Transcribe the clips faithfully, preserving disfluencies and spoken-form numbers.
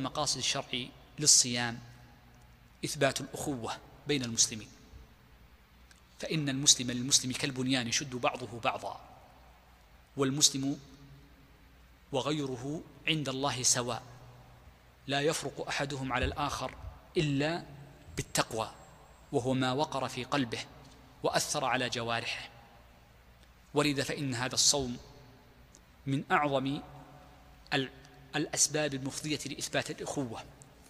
مقاصد الشرع للصيام إثبات الأخوة بين المسلمين، فإن المسلم للمسلم كالبنيان يشد بعضه بعضا، والمسلم وغيره عند الله سواء، لا يفرق أحدهم على الآخر إلا بالتقوى، وهو ما وقر في قلبه وأثر على جوارحه. ولذا فإن هذا الصوم من أعظم الأسباب المفضية لإثبات الأخوة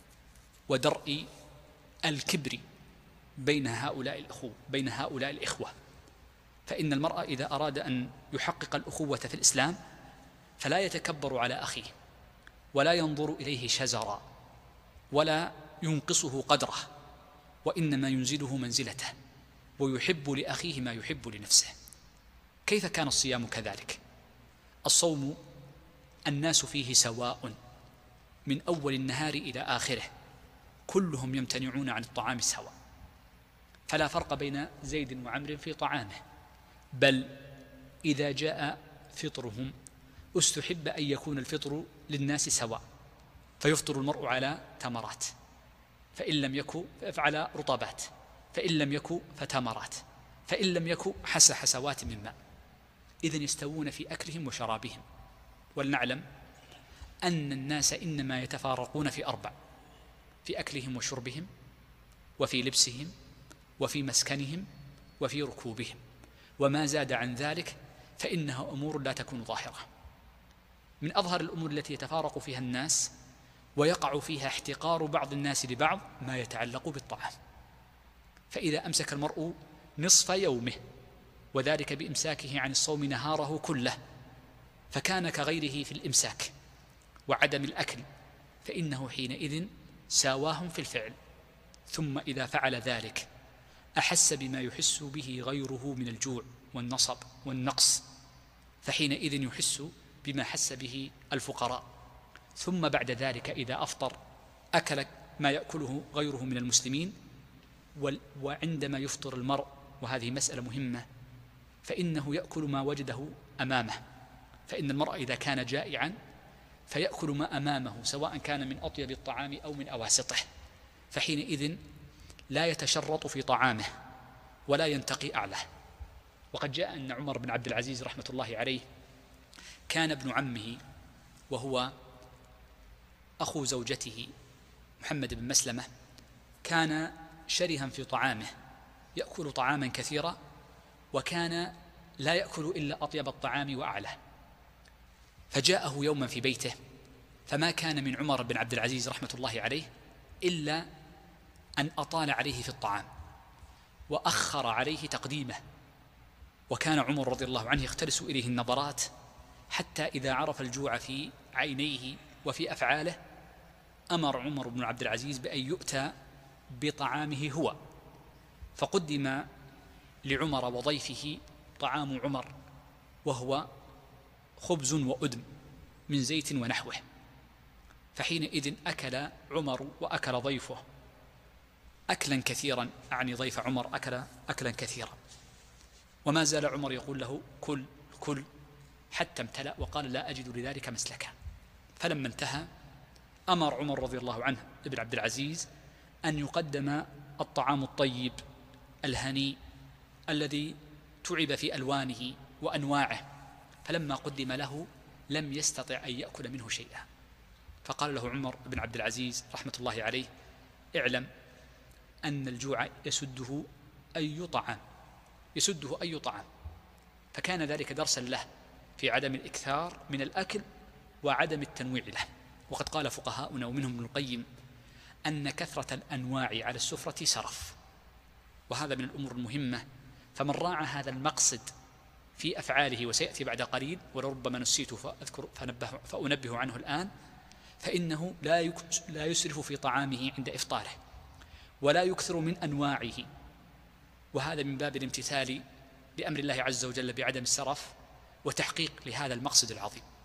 ودرء الكبر بين هؤلاء الأخوة بين هؤلاء الإخوة. فإن المرء إذا أراد أن يحقق الأخوة في الإسلام فلا يتكبر على أخيه، ولا ينظر إليه شزرا، ولا ينقصه قدره، وإنما ينزله منزلته، ويحب لأخيه ما يحب لنفسه. كيف كان الصيام كذلك؟ الصوم الناس فيه سواء من أول النهار إلى آخره، كلهم يمتنعون عن الطعام سواء، فلا فرق بين زيد وعمر في طعامه، بل إذا جاء فطرهم استحب أن يكون الفطر للناس سواء، فيفطر المرء على تمرات، فإن لم يكن فعلى رطبات، فإن لم يكن فتمرات، فإن لم يكن حس حسوات من ماء. إذن يستوون في أكلهم وشرابهم. ولنعلم أن الناس إنما يتفارقون في أربع: في أكلهم وشربهم، وفي لبسهم، وفي مسكنهم، وفي ركوبهم، وما زاد عن ذلك فإنها أمور لا تكون ظاهرة. من أظهر الأمور التي يتفارق فيها الناس ويقع فيها احتقار بعض الناس لبعض ما يتعلق بالطعام، فإذا أمسك المرء نصف يومه، وذلك بإمساكه عن الصوم نهاره كله، فكان كغيره في الإمساك وعدم الأكل، فإنه حينئذ ساواهم في الفعل. ثم إذا فعل ذلك أحس بما يحس به غيره من الجوع والنصب والنقص، فحينئذ يحس بما حس به الفقراء. ثم بعد ذلك إذا أفطر أكل ما يأكله غيره من المسلمين. وعندما يفطر المرء، وهذه مسألة مهمة، فإنه يأكل ما وجده أمامه، فإن المرء إذا كان جائعا فيأكل ما أمامه سواء كان من أطيب الطعام أو من أواسطه، فحينئذ لا يتشرط في طعامه ولا ينتقي أعلاه. وقد جاء أن عمر بن عبد العزيز رحمة الله عليه كان ابن عمه وهو أخو زوجته محمد بن مسلمة كان شرها في طعامه، يأكل طعاما كثيرا، وكان لا يأكل إلا أطيب الطعام وأعلاه. فجاءه يوما في بيته، فما كان من عمر بن عبد العزيز رحمة الله عليه إلا أن أطال عليه في الطعام وأخر عليه تقديمه، وكان عمر رضي الله عنه يختلس إليه النظرات، حتى إذا عرف الجوع في عينيه وفي أفعاله أمر عمر بن عبد العزيز بأن يؤتى بطعامه هو، فقدم لعمر وضيفه طعام عمر، وهو خبز وأدم من زيت ونحوه. فحينئذ أكل عمر وأكل ضيفه أكلا كثيرا، أعني ضيف عمر أكل أكلا كثيرا، وما زال عمر يقول له كل كل حتى امتلأ، وقال لا أجد لذلك مسلكا. فلما انتهى أمر عمر رضي الله عنه ابن عبد العزيز أن يقدم الطعام الطيب الهنيء الذي تعب في ألوانه وأنواعه، فلما قدم له لم يستطع أن يأكل منه شيئا، فقال له عمر بن عبد العزيز رحمة الله عليه: اعلم أن الجوع يسده أي طعام يسده أي طعام. فكان ذلك درسا له في عدم الإكثار من الأكل وعدم التنويع له. وقد قال فقهاؤنا ومنهم ابن القيم أن كثرة الأنواع على السفرة سرف، وهذا من الأمور المهمة. فمن راعى هذا المقصد في أفعاله، وسيأتي بعد قليل ولربما نسيت فأذكر فنبه فأنبه عنه الآن، فإنه لا يسرف في طعامه عند إفطاره ولا يكثر من أنواعه، وهذا من باب الامتثال بأمر الله عز وجل بعدم السرف وتحقيق لهذا المقصد العظيم.